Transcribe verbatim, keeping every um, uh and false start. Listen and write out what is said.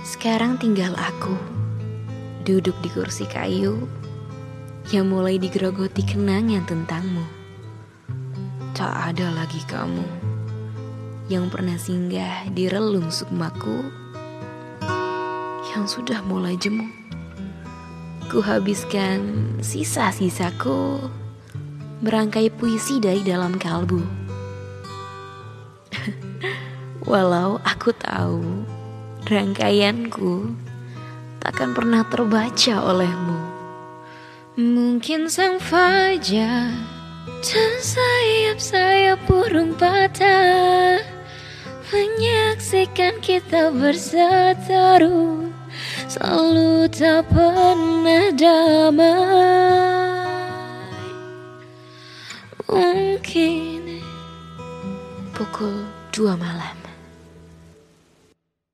Sekarang tinggal aku duduk di kursi kayu yang mulai digerogoti kenangan tentangmu. Tak ada lagi kamu yang pernah singgah di relung sukmaku yang sudah mulai jemu. Ku habiskan sisa-sisaku merangkai puisi dari dalam kalbu. Walau aku tahu rangkaianku takkan pernah terbaca olehmu. Mungkin sang fajar dan sayap-sayap burung patah menyaksikan kita berseteru, selalu tak pernah damai. Mungkin pukul dua malam.